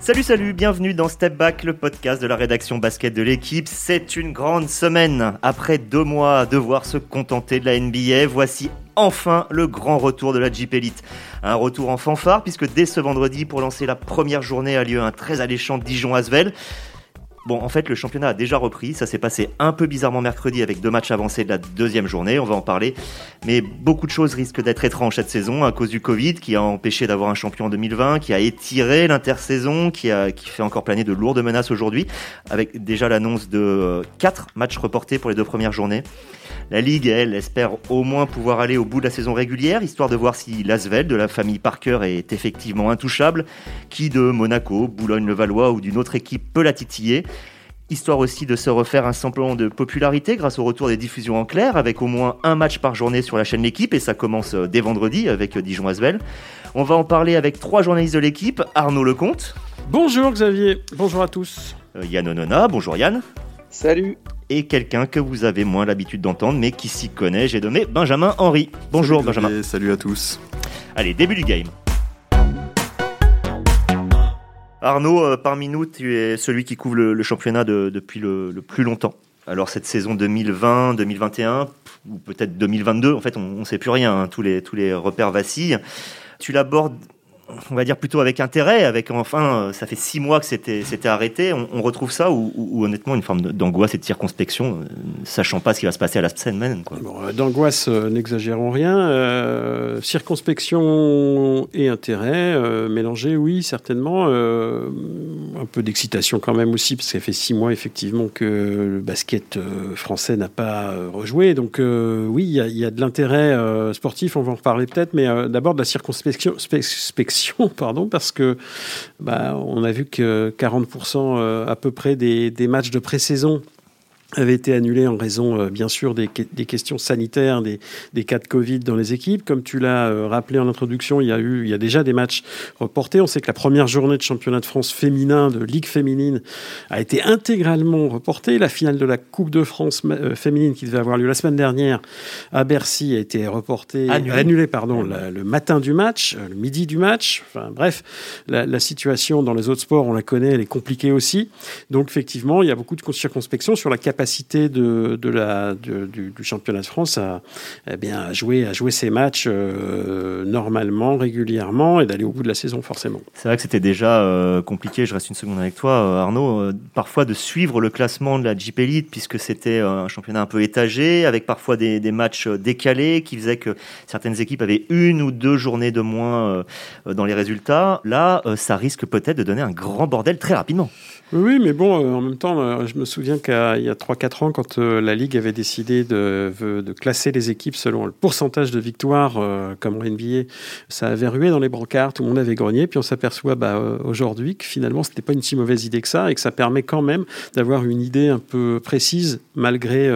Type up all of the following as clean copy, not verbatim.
Salut, bienvenue dans Step Back, le podcast de la rédaction basket de l'équipe. C'est une grande semaine. Après 2 mois à devoir se contenter de la NBA, voici enfin le grand retour de la Jeep Elite. Un retour en fanfare puisque dès ce vendredi, pour lancer la première journée, a lieu un très alléchant Dijon-Asvel. Bon, en fait, le championnat a déjà repris. Ça s'est passé un peu bizarrement mercredi avec 2 matchs avancés de la deuxième journée. On va en parler. Mais beaucoup de choses risquent d'être étranges cette saison à cause du Covid qui a empêché d'avoir un champion en 2020, qui a étiré l'intersaison, qui fait encore planer de lourdes menaces aujourd'hui, avec déjà l'annonce de 4 matchs reportés pour les 2 premières journées. La Ligue, elle, espère au moins pouvoir aller au bout de la saison régulière, histoire de voir si l'Asvel de la famille Parker est effectivement intouchable, qui de Monaco, Boulogne-le-Valois ou d'une autre équipe peut la titiller. Histoire aussi de se refaire un semblant de popularité grâce au retour des diffusions en clair, avec au moins un match par journée sur la chaîne L'équipe, et ça commence dès vendredi avec Dijon-Asvel. On va en parler avec 3 journalistes de l'équipe. Arnaud Lecomte. Bonjour Xavier, bonjour à tous. Yann Onona, bonjour Yann. Salut. Et quelqu'un que vous avez moins l'habitude d'entendre, mais qui s'y connaît, j'ai nommé Benjamin Henry. Bonjour salut Benjamin. Salut à tous. Allez, début du game. Arnaud, parmi nous, tu es celui qui couvre le championnat depuis le plus longtemps. Alors cette saison 2020, 2021, ou peut-être 2022, en fait on ne sait plus rien, hein, tous les repères vacillent. Tu l'abordes, on va dire plutôt avec intérêt, ça fait 6 mois que c'était arrêté. On retrouve ça ou honnêtement une forme d'angoisse et de circonspection, sachant pas ce qui va se passer à la semaine, quoi. Bon, d'angoisse, n'exagérons rien. Circonspection et intérêt mélangés, oui, certainement. Un peu d'excitation quand même aussi, parce que ça fait 6 mois effectivement que le basket français n'a pas rejoué. Donc oui, il y a de l'intérêt sportif, on va en reparler peut-être, mais d'abord de la circonspection, parce que on a vu que 40% à peu près des matchs de pré-saison avaient été annulés en raison, bien sûr, des questions sanitaires, des cas de Covid dans les équipes. Comme tu l'as rappelé en introduction, il y a déjà des matchs reportés. On sait que la première journée de championnat de France féminin, de Ligue féminine, a été intégralement reportée. La finale de la Coupe de France féminine, qui devait avoir lieu la semaine dernière à Bercy, a été reportée, annulée, le matin du match, le midi du match. Enfin, bref, la situation dans les autres sports, on la connaît, elle est compliquée aussi. Donc, effectivement, il y a beaucoup de circonspection sur la capacité du championnat de France à jouer ses matchs normalement, régulièrement, et d'aller au bout de la saison, forcément. C'est vrai que c'était déjà compliqué, je reste une seconde avec toi Arnaud, parfois de suivre le classement de la Jeep Elite, puisque c'était un championnat un peu étagé, avec parfois des matchs décalés qui faisaient que certaines équipes avaient 1 ou 2 journées de moins dans les résultats. Là, ça risque peut-être de donner un grand bordel très rapidement. Oui, mais bon, en même temps, je me souviens qu'il y a 3-4 ans, quand la Ligue avait décidé de classer les équipes selon le pourcentage de victoires, comme en NBA, ça avait rué dans les brancards, tout le monde avait grogné, puis on s'aperçoit aujourd'hui que finalement, ce n'était pas une si mauvaise idée que ça, et que ça permet quand même d'avoir une idée un peu précise, malgré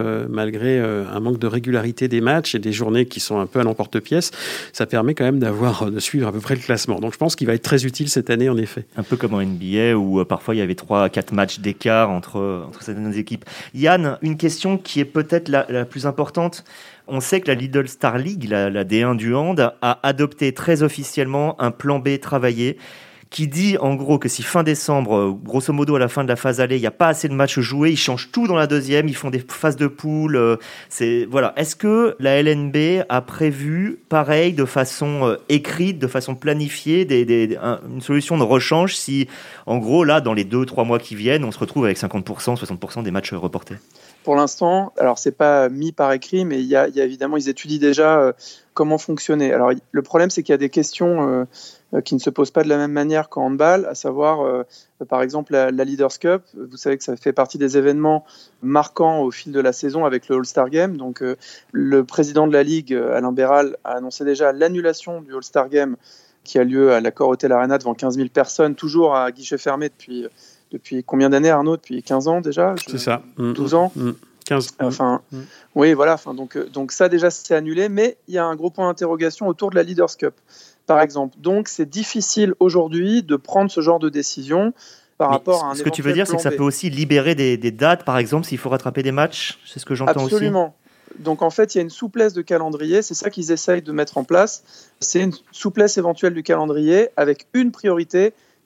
un manque de régularité des matchs et des journées qui sont un peu à l'emporte-pièce. Ça permet quand même de suivre à peu près le classement. Donc je pense qu'il va être très utile cette année, en effet. Un peu comme en NBA, où parfois il y avait 3-4 matchs d'écart entre certaines équipes. Yann, une question qui est peut-être la plus importante. On sait que la Lidl Star League, la D1 du hand, a adopté très officiellement un plan B travaillé qui dit en gros que si fin décembre, grosso modo à la fin de la phase aller, il n'y a pas assez de matchs joués, ils changent tout dans la deuxième, ils font des phases de poule. Voilà. Est-ce que la LNB a prévu, pareil, de façon écrite, de façon planifiée, une solution de rechange si, en gros, là, dans les 2-3 mois qui viennent, on se retrouve avec 50%, 60% des matchs reportés? Pour l'instant, alors c'est pas mis par écrit, mais il y a évidemment, ils étudient déjà comment fonctionner. Alors le problème, c'est qu'il y a des questions qui ne se posent pas de la même manière qu'en handball, à savoir, par exemple, la Leaders Cup. Vous savez que ça fait partie des événements marquants au fil de la saison avec le All-Star Game. Donc, le président de la Ligue, Alain Béral, a annoncé déjà l'annulation du All-Star Game qui a lieu à l'Accor Hotel Arena devant 15 000 personnes, toujours à guichet fermé depuis combien d'années, Arnaud? Depuis 15 ans déjà? C'est ça. 12 ans 15. Oui, voilà. Donc ça, déjà, c'est annulé. Mais il y a un gros point d'interrogation autour de la Leaders Cup, par exemple. Donc, c'est difficile aujourd'hui de prendre ce genre de décision par rapport à un Ce que tu veux dire, c'est que ça peut aussi libérer des dates, par exemple, s'il faut rattraper des matchs. C'est ce que j'entends aussi. Absolument. Donc, en fait, il y a une souplesse de calendrier. C'est ça qu'ils essayent de mettre en place. C'est une souplesse éventuelle du calendrier avec une priorité,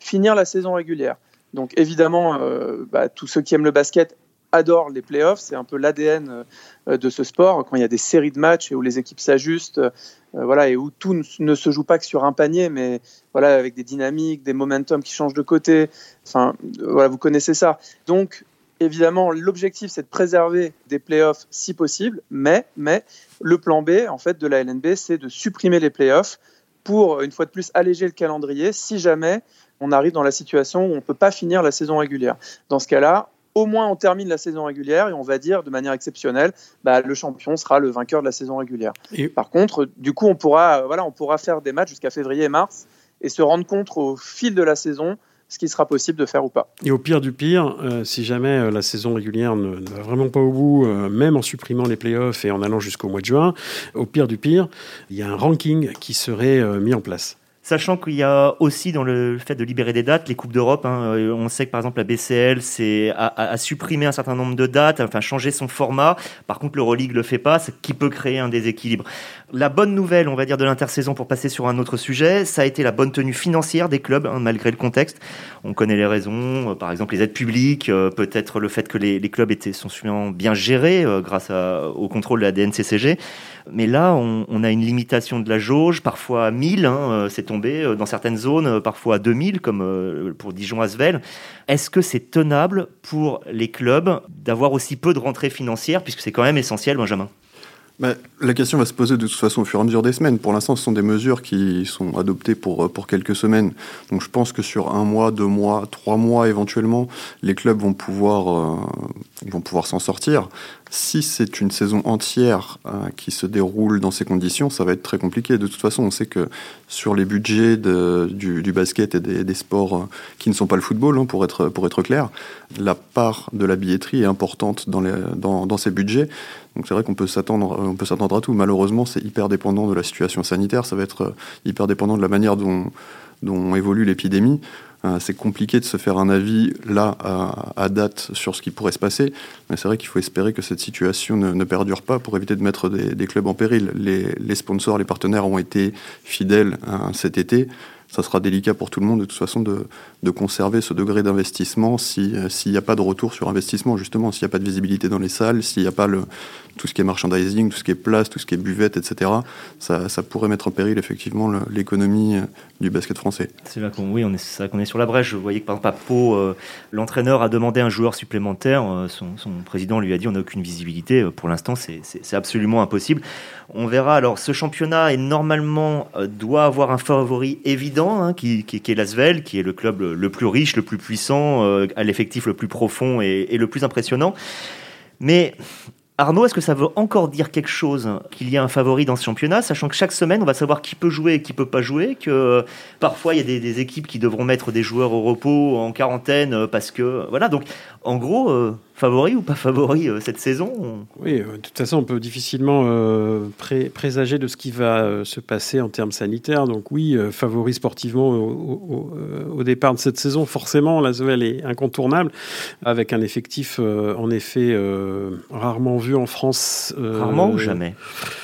finir la saison régulière. Donc évidemment, tous ceux qui aiment le basket adorent les playoffs, c'est un peu l'ADN de ce sport, quand il y a des séries de matchs et où les équipes s'ajustent, et où tout ne se joue pas que sur un panier, mais avec des dynamiques, des momentum qui changent de côté. Vous connaissez ça. Donc évidemment, l'objectif, c'est de préserver des playoffs si possible, mais le plan B, en fait, de la LNB, c'est de supprimer les playoffs pour, une fois de plus, alléger le calendrier si jamais on arrive dans la situation où on ne peut pas finir la saison régulière. Dans ce cas-là, au moins on termine la saison régulière et on va dire de manière exceptionnelle, le champion sera le vainqueur de la saison régulière. Et par contre, du coup, on pourra faire des matchs jusqu'à février et mars et se rendre compte au fil de la saison ce qui sera possible de faire ou pas. Et au pire du pire, si jamais la saison régulière ne va vraiment pas au bout, même en supprimant les playoffs et en allant jusqu'au mois de juin, au pire du pire, il y a un ranking qui serait mis en place. Sachant qu'il y a aussi dans le fait de libérer des dates, les Coupes d'Europe, on sait que par exemple la BCL a supprimé un certain nombre de dates, changé son format. Par contre, l'Euroleague le fait pas, ce qui peut créer un déséquilibre. La bonne nouvelle, on va dire, de l'intersaison pour passer sur un autre sujet, ça a été la bonne tenue financière des clubs, malgré le contexte. On connaît les raisons, par exemple les aides publiques, peut-être le fait que les clubs sont souvent bien gérés grâce au contrôle de la DNCCG. Mais là, on a une limitation de la jauge, parfois à 1000, c'est tombé dans certaines zones, parfois à 2000, comme pour Dijon-Asvel. Est-ce que c'est tenable pour les clubs d'avoir aussi peu de rentrées financières, puisque c'est quand même essentiel, Benjamin ? La question va se poser de toute façon au fur et à mesure des semaines. Pour l'instant, ce sont des mesures qui sont adoptées pour quelques semaines. Donc je pense que sur 1 mois, 2 mois, 3 mois éventuellement, les clubs vont pouvoir s'en sortir. Si c'est une saison entière qui se déroule dans ces conditions, ça va être très compliqué. De toute façon, on sait que sur les budgets du basket et des sports qui ne sont pas le football, pour être clair, la part de la billetterie est importante dans ces budgets. Donc c'est vrai qu'on peut s'attendre à tout. Malheureusement, c'est hyper dépendant de la situation sanitaire. Ça va être hyper dépendant de la manière dont évolue l'épidémie. C'est compliqué de se faire un avis là à date sur ce qui pourrait se passer, mais c'est vrai qu'il faut espérer que cette situation ne perdure pas pour éviter de mettre des clubs en péril. Les sponsors, les partenaires ont été fidèles cet été. Ça sera délicat pour tout le monde de toute façon de conserver ce degré d'investissement s'il n'y a pas de retour sur investissement, justement, s'il n'y a pas de visibilité dans les salles, s'il n'y a pas tout ce qui est merchandising, tout ce qui est place, tout ce qui est buvette, etc. Ça pourrait mettre en péril effectivement l'économie du basket français. C'est là qu'on est sur la brèche. Je voyais que par exemple à Pau, l'entraîneur a demandé un joueur supplémentaire. Son président lui a dit on n'a aucune visibilité. Pour l'instant, c'est absolument impossible. On verra. Alors ce championnat normalement doit avoir un favori évident, qui est l'Asvel, qui est le club le plus riche, le plus puissant, à l'effectif le plus profond et le plus impressionnant. Mais Arnaud, est-ce que ça veut encore dire quelque chose qu'il y a un favori dans ce championnat, sachant que chaque semaine, on va savoir qui peut jouer et qui peut pas jouer, que parfois, il y a des équipes qui devront mettre des joueurs au repos, en quarantaine, parce que... Voilà, donc, en gros, favori ou pas favori cette saison Oui, de toute façon, on peut difficilement présager de ce qui va se passer en termes sanitaires. Donc oui, favori sportivement au départ de cette saison, forcément, l'Asvel est incontournable, avec un effectif, en effet, rarement vu en France. Rarement ou jamais ?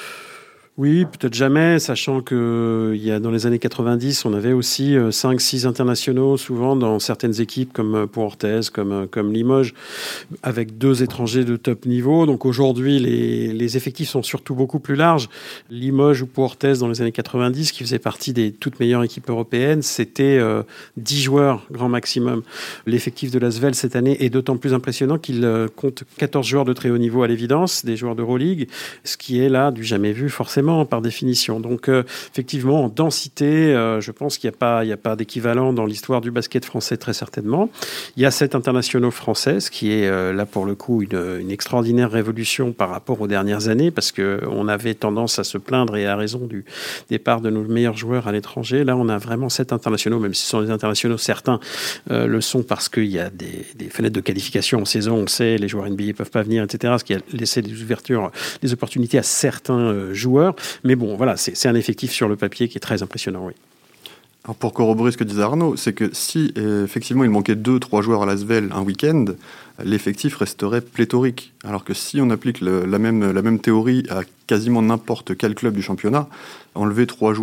Oui, peut-être jamais, sachant que dans les années 90, on avait aussi 5-6 internationaux, souvent dans certaines équipes comme Pau-Orthez, comme Limoges, avec 2 étrangers de top niveau. Donc aujourd'hui, les effectifs sont surtout beaucoup plus larges. Limoges ou Pau-Orthez, dans les années 90, qui faisait partie des toutes meilleures équipes européennes, c'était 10 joueurs grand maximum. L'effectif de l'Asvel cette année est d'autant plus impressionnant qu'il compte 14 joueurs de très haut niveau à l'évidence, des joueurs d'Euroleague, ce qui est là du jamais vu forcément par définition. Donc effectivement, en densité, je pense qu'il n'y a pas d'équivalent dans l'histoire du basket français, très certainement. Il y a 7 internationaux français, ce qui est là pour le coup une extraordinaire révolution par rapport aux dernières années, parce qu'on avait tendance à se plaindre, et à raison, du départ de nos meilleurs joueurs à l'étranger. Là, on a vraiment 7 internationaux, même si ce sont des internationaux, certains le sont parce qu'il y a des fenêtres de qualification en saison, on sait, les joueurs NBA ne peuvent pas venir, etc., ce qui a laissé des opportunités à certains joueurs. Mais bon, voilà, c'est un effectif sur le papier qui est très impressionnant, oui. Alors pour corroborer ce que disait Arnaud, c'est que si effectivement il manquait 2-3 joueurs à l'Asvel un week-end, l'effectif resterait pléthorique. Alors que si on applique la même théorie à quasiment n'importe quel club du championnat, enlever 3 joueurs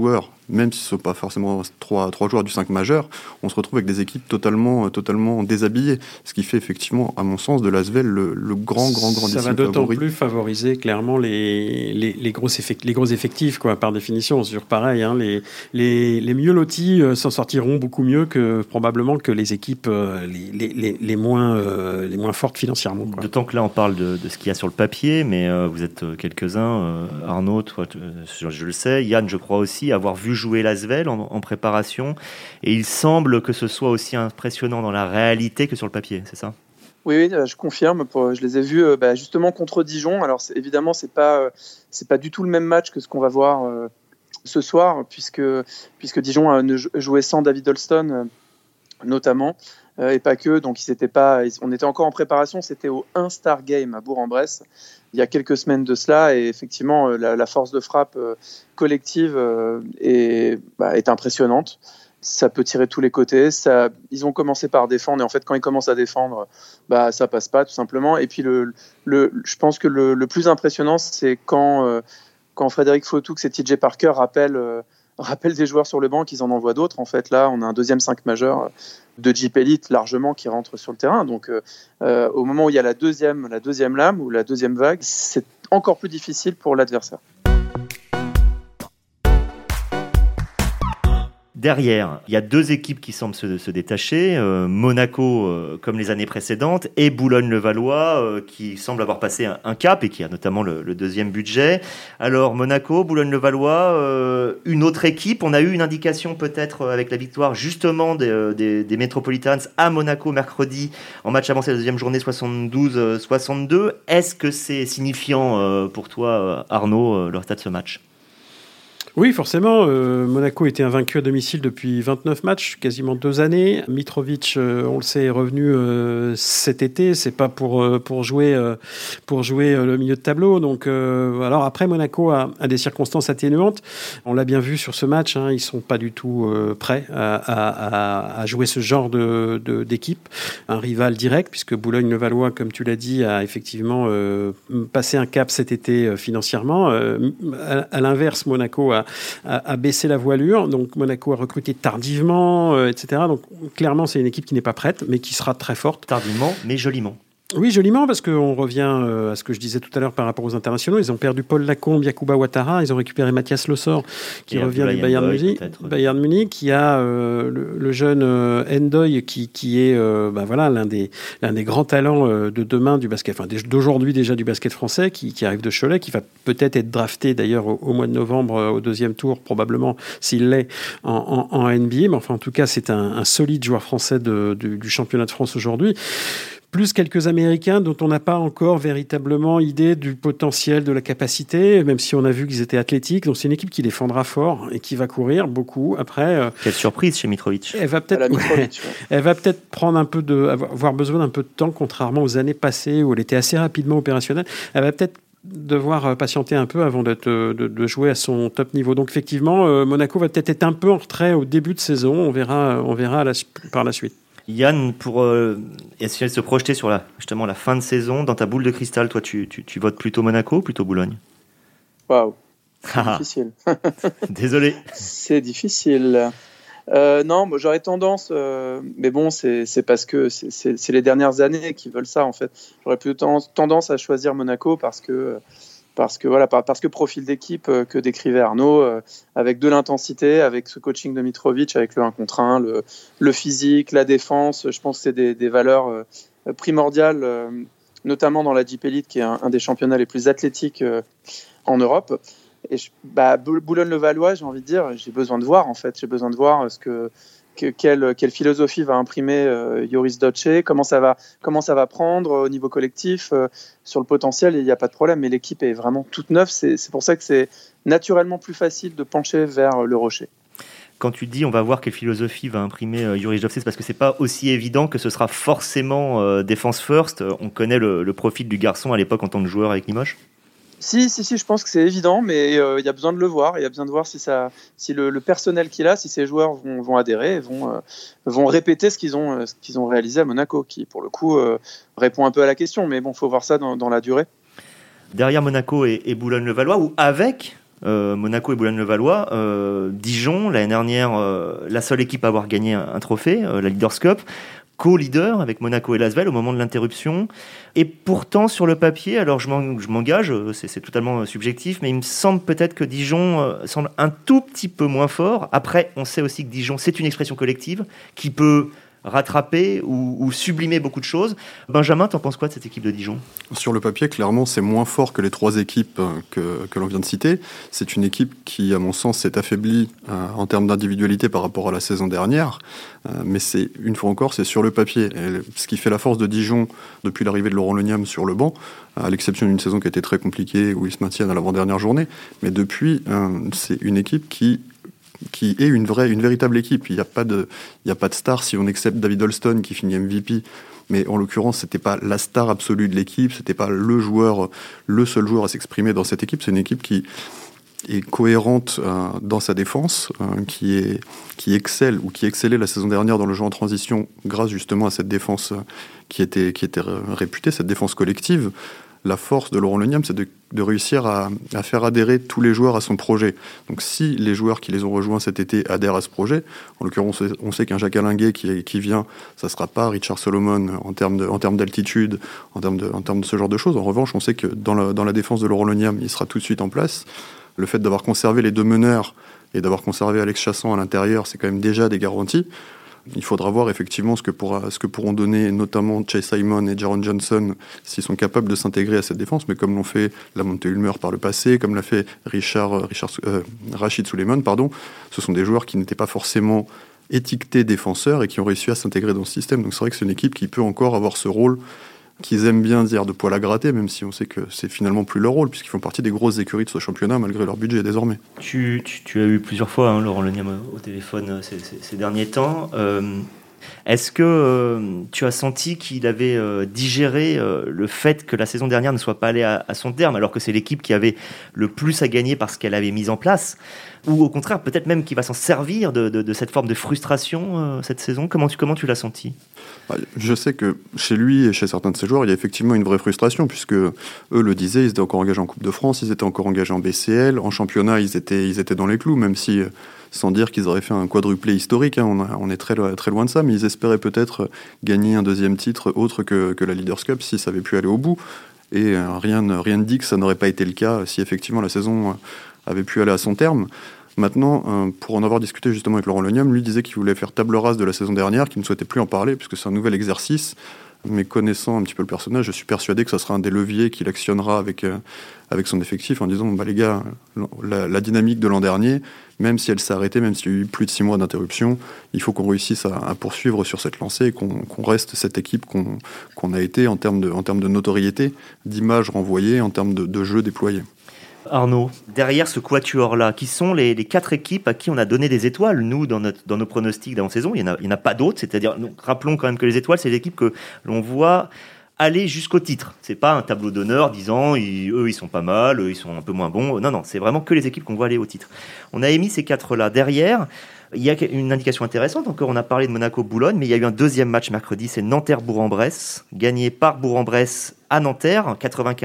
même si ce ne sont pas forcément trois joueurs du 5 majeur, on se retrouve avec des équipes totalement déshabillées. Ce qui fait effectivement, à mon sens, de l'Asvel le grand ça va d'autant plus favoriser clairement les gros effectifs, quoi, par définition. C'est toujours pareil, hein, les mieux lotis s'en sortiront beaucoup mieux que probablement que les équipes les moins fortes financièrement, quoi. D'autant que là on parle de ce qu'il y a sur le papier, mais vous êtes quelques-uns, Arnaud, toi, je le sais, Yann je crois aussi, avoir vu jouer l'Asvel en préparation, et il semble que ce soit aussi impressionnant dans la réalité que sur le papier, c'est ça ? Oui, je confirme. Je les ai vus justement contre Dijon. Alors évidemment, c'est pas du tout le même match que ce qu'on va voir ce soir, puisque Dijon jouait sans David Holston notamment, et pas que. Donc on était encore en préparation. C'était au 1 Star Game à Bourg-en-Bresse il y a quelques semaines de cela, et effectivement la force de frappe collective est impressionnante. Ça peut tirer de tous les côtés. Ils ont commencé par défendre, et en fait, quand ils commencent à défendre, ça passe pas, tout simplement. Et puis, je pense que le plus impressionnant, c'est quand Frédéric Fautoux et TJ Parker rappellent des joueurs sur le banc, qu'ils en envoient d'autres. En fait, là, on a un deuxième 5 majeur de Jeep Elite largement qui rentre sur le terrain. Donc, au moment où il y a la deuxième lame ou la deuxième vague, c'est encore plus difficile pour l'adversaire. Derrière, il y a deux équipes qui semblent se détacher, Monaco comme les années précédentes, et Boulogne-le-Valois qui semble avoir passé un cap et qui a notamment le deuxième budget. Alors Monaco, Boulogne-le-Valois, une autre équipe, on a eu une indication peut-être avec la victoire justement des Metropolitans à Monaco mercredi en match avancé la deuxième journée 72-62. Est-ce que c'est signifiant pour toi Arnaud le résultat de ce match ? Oui, forcément. Monaco était invaincu à domicile depuis 29 matchs, quasiment 2 années. Mitrovic, on le sait, est revenu cet été. C'est pas pour jouer le milieu de tableau. Donc, alors après, Monaco a des circonstances atténuantes. On l'a bien vu sur ce match. Hein, ils sont pas du tout prêts à jouer ce genre d'équipe. Un rival direct, puisque Boulogne-le-Valois, comme tu l'as dit, a effectivement passé un cap cet été financièrement. À l'inverse, Monaco a baissé la voilure, donc Monaco a recruté tardivement, etc. Donc clairement, c'est une équipe qui n'est pas prête, mais qui sera très forte. Tardivement, mais joliment. Oui, joliment, parce qu'on revient à ce que je disais tout à l'heure par rapport aux internationaux. Ils ont perdu Paul Lacombe, Yacouba Ouattara. Ils ont récupéré Mathias Lessort, qui revient du Bayern Munich, qui a le jeune Ndoye, qui est l'un des grands talents de demain du basket, enfin d'aujourd'hui déjà du basket français, qui arrive de Cholet, qui va peut-être être drafté d'ailleurs au mois de novembre au deuxième tour, probablement s'il l'est en NBA. Mais enfin, en tout cas, c'est un solide joueur français du championnat de France aujourd'hui. Plus quelques Américains dont on n'a pas encore véritablement idée du potentiel, de la capacité, même si on a vu qu'ils étaient athlétiques. Donc c'est une équipe qui défendra fort et qui va courir beaucoup. Après, quelle surprise chez Mitrovic. Elle va peut-être prendre avoir besoin d'un peu de temps, contrairement aux années passées où elle était assez rapidement opérationnelle. Elle va peut-être devoir patienter un peu avant de jouer à son top niveau. Donc effectivement, Monaco va peut-être être un peu en retrait au début de saison. On verra par la suite. Yann, pour essayer de se projeter sur la fin de saison, dans ta boule de cristal, toi, tu votes plutôt Monaco ou plutôt Boulogne ? Waouh, c'est difficile. Désolé. C'est difficile. Non, j'aurais tendance, mais bon, c'est parce que c'est les dernières années qui veulent ça, en fait. J'aurais plutôt tendance à choisir Monaco parce que profil d'équipe que décrivait Arnaud, avec de l'intensité, avec ce coaching de Mitrovic, avec le 1 contre 1, le physique, la défense. Je pense que c'est des valeurs primordiales, notamment dans la Jeep Elite, qui est un des championnats les plus athlétiques en Europe. Et Boulogne-le-Valois, j'ai envie de dire, j'ai besoin de voir, en fait. J'ai besoin de voir quelle philosophie va imprimer Joris Doce, comment ça va prendre au niveau collectif. Sur le potentiel, il n'y a pas de problème, mais l'équipe est vraiment toute neuve. C'est pour ça que c'est naturellement plus facile de pencher vers le rocher. Quand tu dis on va voir quelle philosophie va imprimer Joris Doce, c'est parce que c'est pas aussi évident que ce sera forcément défense first. On connaît le profil du garçon à l'époque en tant que joueur avec Limoges. Si, je pense que c'est évident, mais il y a besoin de le voir. Il y a besoin de voir si le personnel qu'il a, si ces joueurs vont adhérer, vont répéter ce qu'ils ont réalisé à Monaco, qui pour le coup répond un peu à la question. Mais bon, faut voir ça dans la durée. Derrière Monaco et Boulogne-le-Valois, ou avec Monaco et Boulogne-le-Valois. Dijon, l'année dernière, la seule équipe à avoir gagné un trophée, la Leaders Cup, co-leader avec Monaco et l'Asvel au moment de l'interruption. Et pourtant, sur le papier, alors je m'engage, c'est totalement subjectif, mais il me semble peut-être que Dijon semble un tout petit peu moins fort. Après, on sait aussi que Dijon, c'est une expression collective qui peut rattraper ou sublimer beaucoup de choses. Benjamin, t'en penses quoi de cette équipe de Dijon ? Sur le papier, clairement, c'est moins fort que les 3 équipes que l'on vient de citer. C'est une équipe qui, à mon sens, s'est affaiblie en termes d'individualité par rapport à la saison dernière. Mais une fois encore, c'est sur le papier. Et ce qui fait la force de Dijon depuis l'arrivée de Laurent Leniam sur le banc, à l'exception d'une saison qui a été très compliquée, où ils se maintiennent à l'avant-dernière journée. Mais depuis, c'est une équipe qui est une véritable équipe. Il n'y a pas de star si on accepte David Holston qui finit MVP. Mais en l'occurrence, c'était pas la star absolue de l'équipe, c'était pas le seul joueur à s'exprimer dans cette équipe. C'est une équipe qui est cohérente dans sa défense, qui excelle ou qui excellait la saison dernière dans le jeu en transition grâce justement à cette défense qui était réputée, cette défense collective. La force de Laurent Leniam, c'est de réussir à faire adhérer tous les joueurs à son projet. Donc si les joueurs qui les ont rejoints cet été adhèrent à ce projet, en l'occurrence on sait qu'un Jacques Alinguet qui vient, ça ne sera pas Richard Solomon en termes d'altitude, en termes de ce genre de choses. En revanche, on sait que dans la défense de Laurent Leniam, il sera tout de suite en place. Le fait d'avoir conservé les 2 meneurs et d'avoir conservé Alex Chassan à l'intérieur, c'est quand même déjà des garanties. Il faudra voir effectivement ce que pourront donner notamment Chase Simon et Jaron Johnson s'ils sont capables de s'intégrer à cette défense, mais comme l'ont fait Lamonte Ulmer par le passé, comme l'a fait Rachid Suleiman, ce sont des joueurs qui n'étaient pas forcément étiquetés défenseurs et qui ont réussi à s'intégrer dans ce système. Donc c'est vrai que c'est une équipe qui peut encore avoir ce rôle qu'ils aiment bien dire de poil à gratter, même si on sait que c'est finalement plus leur rôle, puisqu'ils font partie des grosses écuries de ce championnat, malgré leur budget désormais. Tu as eu plusieurs fois Laurent Leniam au téléphone ces derniers temps. Est-ce que tu as senti qu'il avait digéré le fait que la saison dernière ne soit pas allée à son terme, alors que c'est l'équipe qui avait le plus à gagner parce qu'elle avait mis en place, ou au contraire, peut-être même qu'il va s'en servir de cette forme de frustration cette saison ? Comment tu l'as senti ? Je sais que chez lui et chez certains de ses joueurs, il y a effectivement une vraie frustration, puisque eux le disaient, ils étaient encore engagés en Coupe de France, ils étaient encore engagés en BCL, en championnat, ils étaient dans les clous, même si, sans dire qu'ils auraient fait un quadruplé historique, on est très, très loin de ça, mais ils espéraient peut-être gagner un 2e titre autre que la Leaders Cup si ça avait pu aller au bout. Et rien ne dit que ça n'aurait pas été le cas si effectivement la saison avait pu aller à son terme. Maintenant, pour en avoir discuté justement avec Laurent Leniam, lui disait qu'il voulait faire table rase de la saison dernière, qu'il ne souhaitait plus en parler, puisque c'est un nouvel exercice. Mais connaissant un petit peu le personnage, je suis persuadé que ça sera un des leviers qu'il actionnera avec son effectif, en disant les gars, la dynamique de l'an dernier, même si elle s'est arrêtée, même s'il y a eu plus de 6 mois d'interruption, il faut qu'on réussisse à poursuivre sur cette lancée et qu'on reste cette équipe qu'on a été en termes de notoriété, d'image renvoyée, en termes de jeu déployé. Arnaud, derrière ce quatuor-là, qui sont les 4 équipes à qui on a donné des étoiles, nous, dans nos pronostics d'avant-saison, il n'y en a pas d'autres, c'est-à-dire, rappelons quand même que les étoiles, c'est les équipes que l'on voit aller jusqu'au titre. C'est pas un tableau d'honneur disant, eux, ils sont pas mal, eux, ils sont un peu moins bons. Non, c'est vraiment que les équipes qu'on voit aller au titre. On a émis ces 4-là. Derrière, il y a une indication intéressante. Encore, on a parlé de Monaco-Boulogne, mais il y a eu un 2e match mercredi, c'est Nanterre-Bourg-en-Bresse, gagné par Bourg-en-Bresse à Nanterre,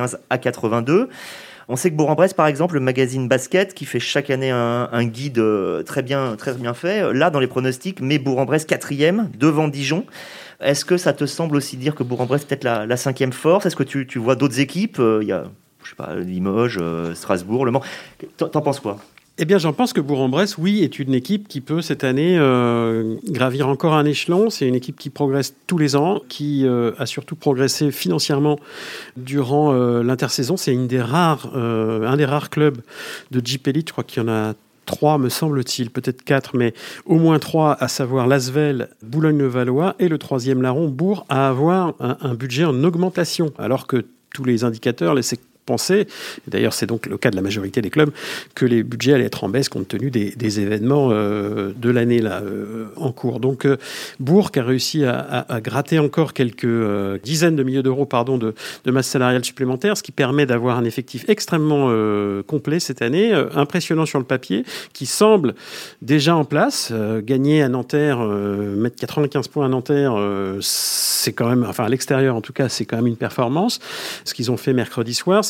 95-82. On sait que Bourg-en-Bresse, par exemple, le magazine Basket, qui fait chaque année un guide très bien fait, là, dans les pronostics, met Bourg-en-Bresse 4e, devant Dijon. Est-ce que ça te semble aussi dire que Bourg-en-Bresse est peut-être la 5e force ? Est-ce que tu vois d'autres équipes ? Il y a, je sais pas, Limoges, Strasbourg, Le Mans. T'en penses quoi ? Eh bien, j'en pense que Bourg-en-Bresse, oui, est une équipe qui peut, cette année, gravir encore un échelon. C'est une équipe qui progresse tous les ans, qui a surtout progressé financièrement durant l'intersaison. C'est un des rares clubs de Jeep Elite. Je crois qu'il y en a 3, me semble-t-il, peut-être 4, mais au moins 3, à savoir l'Asvel, Boulogne-le-Valois et le 3e larron, Bourg, à avoir un budget en augmentation, alors que tous les indicateurs laissaient penser, et d'ailleurs c'est donc le cas de la majorité des clubs, que les budgets allaient être en baisse compte tenu des événements de l'année en cours. Donc Bourg a réussi à gratter encore quelques dizaines de milliers d'euros de masse salariale supplémentaire, ce qui permet d'avoir un effectif extrêmement complet cette année, impressionnant sur le papier, qui semble déjà en place. Gagner à Nanterre, mettre 95 points à Nanterre, c'est quand même, enfin à l'extérieur en tout cas, c'est quand même une performance. Ce qu'ils ont fait mercredi soir,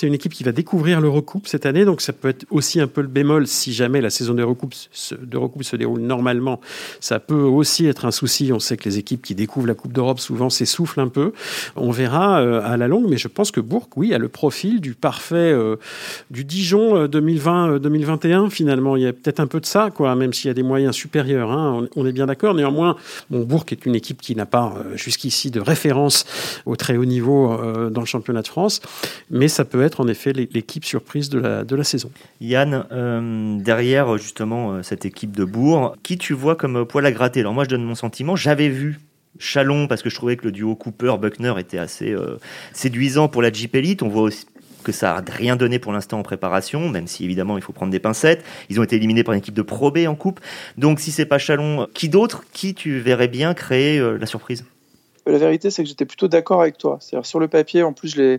c'est une équipe qui va découvrir l'Eurocoupe cette année, donc ça peut être aussi un peu le bémol si jamais la saison d'Eurocoupe se déroule normalement. Ça peut aussi être un souci. On sait que les équipes qui découvrent la Coupe d'Europe souvent s'essoufflent un peu. On verra à la longue, mais je pense que Bourg, oui, a le profil du parfait du Dijon 2020-2021 finalement. Il y a peut-être un peu de ça, quoi, même s'il y a des moyens supérieurs. Hein, on est bien d'accord. Néanmoins, Bourg est une équipe qui n'a pas jusqu'ici de référence au très haut niveau dans le championnat de France, mais ça peut être en effet l'équipe surprise de la saison. Yann, derrière justement cette équipe de Bourg, qui tu vois comme poil à gratter? Alors moi je donne mon sentiment, j'avais vu Chalon parce que je trouvais que le duo Cooper-Buckner était assez séduisant pour la Jeep Elite. On voit aussi que ça n'a rien donné pour l'instant en préparation, même si évidemment il faut prendre des pincettes. Ils ont été éliminés par une équipe de Pro B en coupe. Donc si c'est pas Chalon, qui d'autre, qui tu verrais bien créer la surprise? La vérité, c'est que j'étais plutôt d'accord avec toi. C'est-à-dire, sur le papier, en plus, je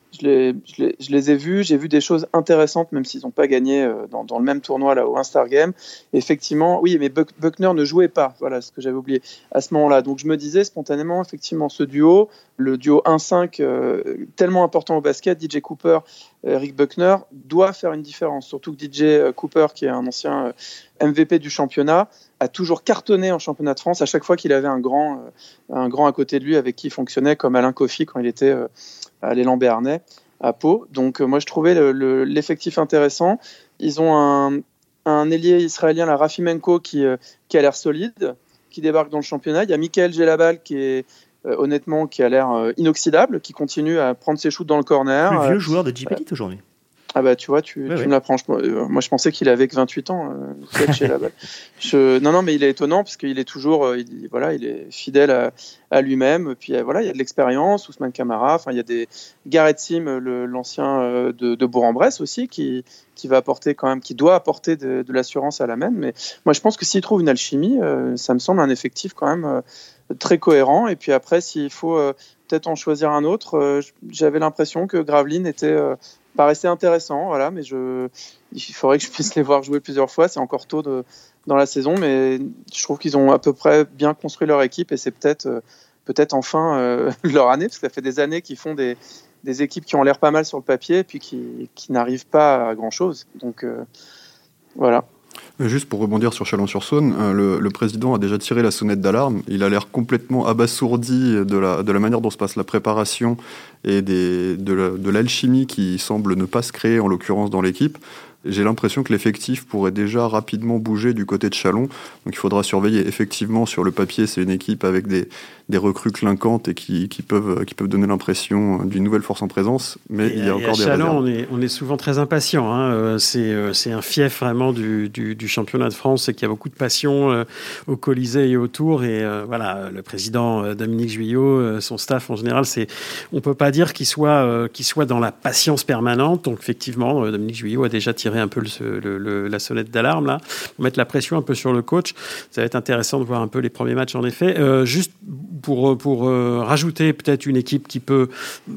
les ai vus, j'ai vu des choses intéressantes, même s'ils n'ont pas gagné dans le même tournoi là, au All-Star Game. Effectivement, oui, mais Buckner ne jouait pas, voilà ce que j'avais oublié à ce moment-là. Donc je me disais spontanément, effectivement, ce duo, le duo 1-5, tellement important au basket, DJ Cooper, Eric Buckner, doit faire une différence. Surtout que DJ Cooper, qui est un ancien MVP du championnat, a toujours cartonné en championnat de France à chaque fois qu'il avait un grand à côté de lui avec qui il fonctionnait, comme Alain Coffey quand il était à l'élan Béarnais à Pau. Donc moi je trouvais l'effectif intéressant. Ils ont un ailier israélien, la Rafimenko, qui a l'air solide, qui débarque dans le championnat. Il y a Michael Gelabal qui est honnêtement qui a l'air inoxydable, qui continue à prendre ses shoots dans le corner. Le vieux joueur de Jeep Elite aujourd'hui. Ah bah tu vois, tu me l'apprends. Moi je pensais qu'il avait que 28 ans, chez la balle. Non, mais il est étonnant parce qu'il est toujours, il est fidèle à lui-même. Puis voilà, il y a de l'expérience, Ousmane Camara. Enfin, il y a des Gareth Sim, l'ancien de Bourg-en-Bresse aussi, qui va apporter quand même, qui doit apporter de l'assurance à la main. Mais moi je pense que s'il trouve une alchimie, ça me semble un effectif quand même très cohérent. Et puis après, s'il faut peut-être en choisir un autre, j'avais l'impression que Gravelines paraissait intéressant, voilà, mais il faudrait que je puisse les voir jouer plusieurs fois. C'est encore tôt dans la saison, mais je trouve qu'ils ont à peu près bien construit leur équipe et c'est peut-être enfin leur année, parce que ça fait des années qu'ils font des équipes qui ont l'air pas mal sur le papier et puis qui n'arrivent pas à grand-chose. Donc voilà. Juste pour rebondir sur Chalon-sur-Saône, le président a déjà tiré la sonnette d'alarme. Il a l'air complètement abasourdi de la manière dont se passe la préparation et de l'alchimie qui semble ne pas se créer, en l'occurrence dans l'équipe. J'ai l'impression que l'effectif pourrait déjà rapidement bouger du côté de Chalon. Donc il faudra surveiller. Effectivement, sur le papier, c'est une équipe avec des recrues clinquantes et qui peuvent donner l'impression d'une nouvelle force en présence. Mais il y a encore des réserves. Chalon, on est souvent très impatient. Hein. C'est un fief vraiment du championnat de France et qu'il y a beaucoup de passion au Colisée et autour. Et voilà, le président Dominique Juillot, son staff en général, on peut pas dire qu'il soit dans la patience permanente. Donc effectivement, Dominique Juillot a déjà tiré un peu la sonnette d'alarme là, pour mettre la pression un peu sur le coach. Ça va être intéressant de voir un peu les premiers matchs en effet. Juste pour rajouter peut-être une équipe qui peut,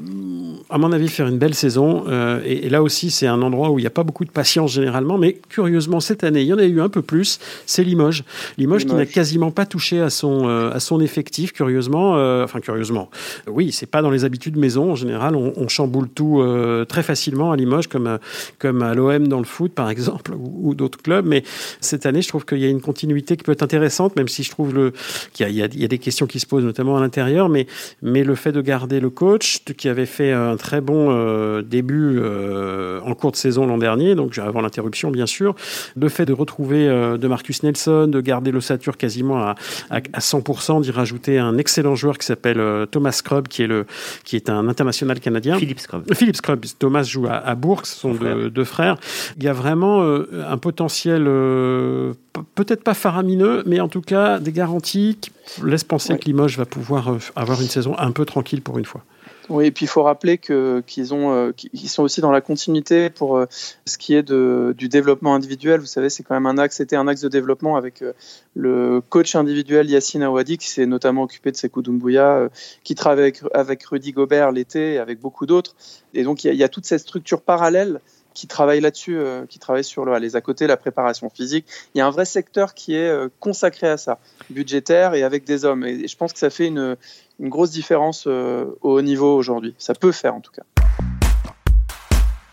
à mon avis, faire une belle saison. Et là aussi, c'est un endroit où il n'y a pas beaucoup de patience généralement, mais curieusement, cette année, il y en a eu un peu plus. C'est Limoges. Limoges qui n'a quasiment pas touché à son effectif, curieusement. Curieusement. Oui, c'est pas dans les habitudes maison. En général, on chamboule tout très facilement à Limoges, comme à l'OM dans le foot, par exemple, ou d'autres clubs. Mais cette année, je trouve qu'il y a une continuité qui peut être intéressante, même si je trouve qu'il y a des questions qui se posent, notamment à l'intérieur. Mais le fait de garder le coach, qui avait fait un très bon début en cours de saison l'an dernier, donc avant l'interruption, bien sûr. Le fait de retrouver de Marcus Nelson, de garder l'ossature quasiment à 100%, d'y rajouter un excellent joueur qui s'appelle Thomas Scrub, qui est un international canadien. Philippe Scrub. Thomas joue à Bourg, ce sont deux frères. Il y a vraiment un potentiel, peut-être pas faramineux, mais en tout cas des garanties qui laissent penser que Limoges va pouvoir avoir une saison un peu tranquille pour une fois. Oui, et puis il faut rappeler qu'ils sont aussi dans la continuité pour ce qui est du développement individuel. Vous savez, c'est quand même c'était un axe de développement avec le coach individuel Yassine Aouadi, qui s'est notamment occupé de Sekou Doumbouya, qui travaille avec Rudy Gobert l'été et avec beaucoup d'autres. Et donc il y a toute cette structure parallèle qui travaille là-dessus, qui travaille sur les à côté, la préparation physique. Il y a un vrai secteur qui est consacré à ça, budgétaire et avec des hommes. Et je pense que ça fait une grosse différence au haut niveau aujourd'hui. Ça peut faire en tout cas.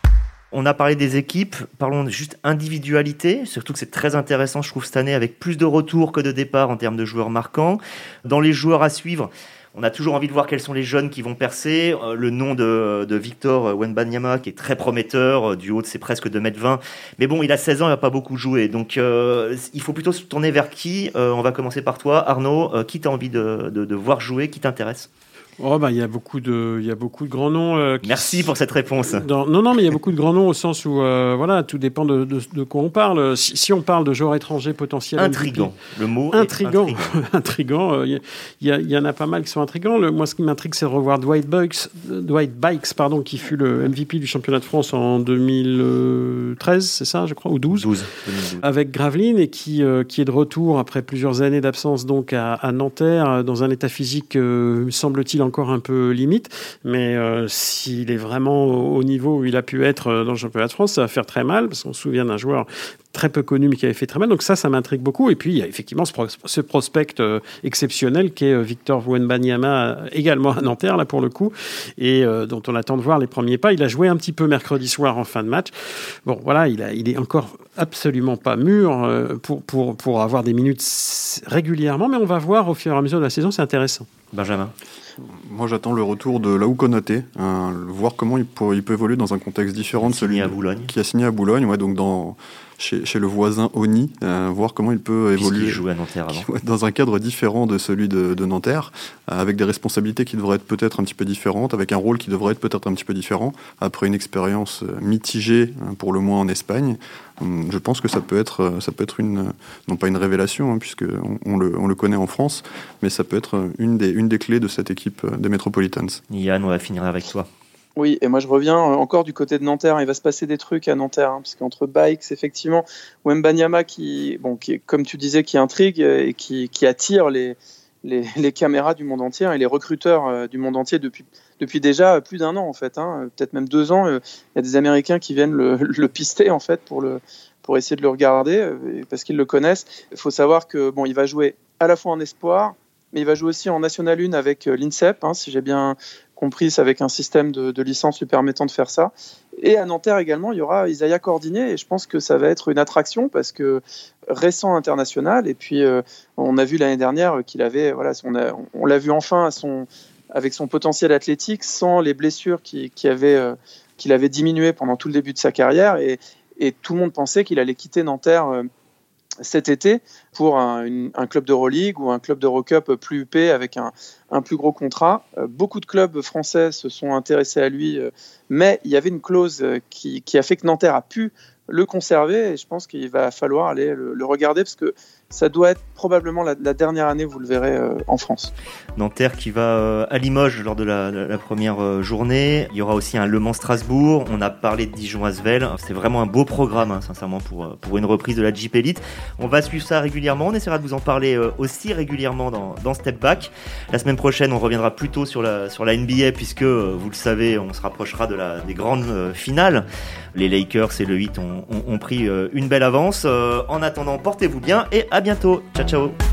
On a parlé des équipes, parlons juste individualité, surtout que c'est très intéressant, je trouve, cette année, avec plus de retours que de départs en termes de joueurs marquants. Dans les joueurs à suivre, on a toujours envie de voir quels sont les jeunes qui vont percer. Le nom de Victor Wembanyama, qui est très prometteur, du haut de ses presque 2m20. Mais bon, il a 16 ans, il va pas beaucoup jouer. Donc, il faut plutôt se tourner vers qui ? On va commencer par toi, Arnaud. Qui t'as envie de voir jouer ? Qui t'intéresse ? Il y a beaucoup de grands noms. Merci pour cette réponse. Non, mais il y a beaucoup de grands noms au sens où, tout dépend de quoi on parle. Si on parle de joueurs étrangers potentiels. Intrigant. Le mot intrigant. Intrigant. Il y en a pas mal qui sont intrigants. Moi, ce qui m'intrigue, c'est de revoir Dwight Bikes, qui fut le MVP du championnat de France en 2013, c'est ça, je crois, ou 2012. Avec Gravelines, et qui est de retour après plusieurs années d'absence donc à Nanterre, dans un état physique, semble-t-il, encore un peu limite, mais s'il est vraiment au niveau où il a pu être dans le championnat de France, ça va faire très mal, parce qu'on se souvient d'un joueur très peu connu, mais qui avait fait très mal. Donc ça m'intrigue beaucoup. Et puis, il y a effectivement ce prospect exceptionnel qui est Victor Wembanyama, également à Nanterre, là, pour le coup, et dont on attend de voir les premiers pas. Il a joué un petit peu mercredi soir en fin de match. Bon, voilà, il est encore absolument pas mûr pour avoir des minutes régulièrement, mais on va voir au fur et à mesure de la saison, c'est intéressant. Benjamin. Moi, j'attends le retour de Laou Konaté, voir comment il peut évoluer dans un contexte différent de celui qui a signé à Boulogne, donc chez le voisin Oni, voir comment il peut évoluer joue à Nanterre avant. Dans un cadre différent de celui de Nanterre, avec des responsabilités qui devraient être peut-être un petit peu différentes, avec un rôle qui devrait être peut-être un petit peu différent, après une expérience mitigée, pour le moins en Espagne. Je pense que ça peut être non pas une révélation, puisque on le connaît en France, mais ça peut être une des clés de cette équipe des Metropolitans. Yann, on va finir avec toi. Oui, et moi je reviens encore du côté de Nanterre. Il va se passer des trucs à Nanterre, parce qu'entre Bikes, effectivement, Wembanyama qui, comme tu disais, qui intrigue et qui attire les caméras du monde entier et les recruteurs du monde entier depuis déjà plus d'un an en fait, peut-être même 2 ans. Il y a des Américains qui viennent le pister en fait pour essayer de le regarder parce qu'ils le connaissent. Il faut savoir que il va jouer à la fois en espoir, mais il va jouer aussi en National 1 avec l'INSEP, si j'ai bien compris, c'est avec un système de licence lui permettant de faire ça. Et à Nanterre également, il y aura Isaiah Cordigné, et je pense que ça va être une attraction parce que récent international, et puis on a vu l'année dernière qu'il avait, on l'a vu enfin avec son potentiel athlétique, sans les blessures qu'il avait diminué pendant tout le début de sa carrière, et tout le monde pensait qu'il allait quitter Nanterre cet été pour un club d'Euroleague ou un club d'Eurocup plus huppé avec un plus gros contrat. Beaucoup de clubs français se sont intéressés à lui, mais il y avait une clause qui a fait que Nanterre a pu le conserver, et je pense qu'il va falloir aller le regarder parce que ça doit être probablement la dernière année, vous le verrez, en France. Nanterre qui va à Limoges lors de la première journée. Il y aura aussi un Le Mans-Strasbourg. On a parlé de Dijon-Asvel. C'est vraiment un beau programme, sincèrement, pour une reprise de la Jeep Elite. On va suivre ça régulièrement. On essaiera de vous en parler aussi régulièrement dans Step Back. La semaine prochaine, on reviendra plutôt sur la NBA puisque, vous le savez, on se rapprochera des grandes finales. Les Lakers et le Heat ont pris une belle avance. En attendant, portez-vous bien et à bientôt. Ciao, ciao.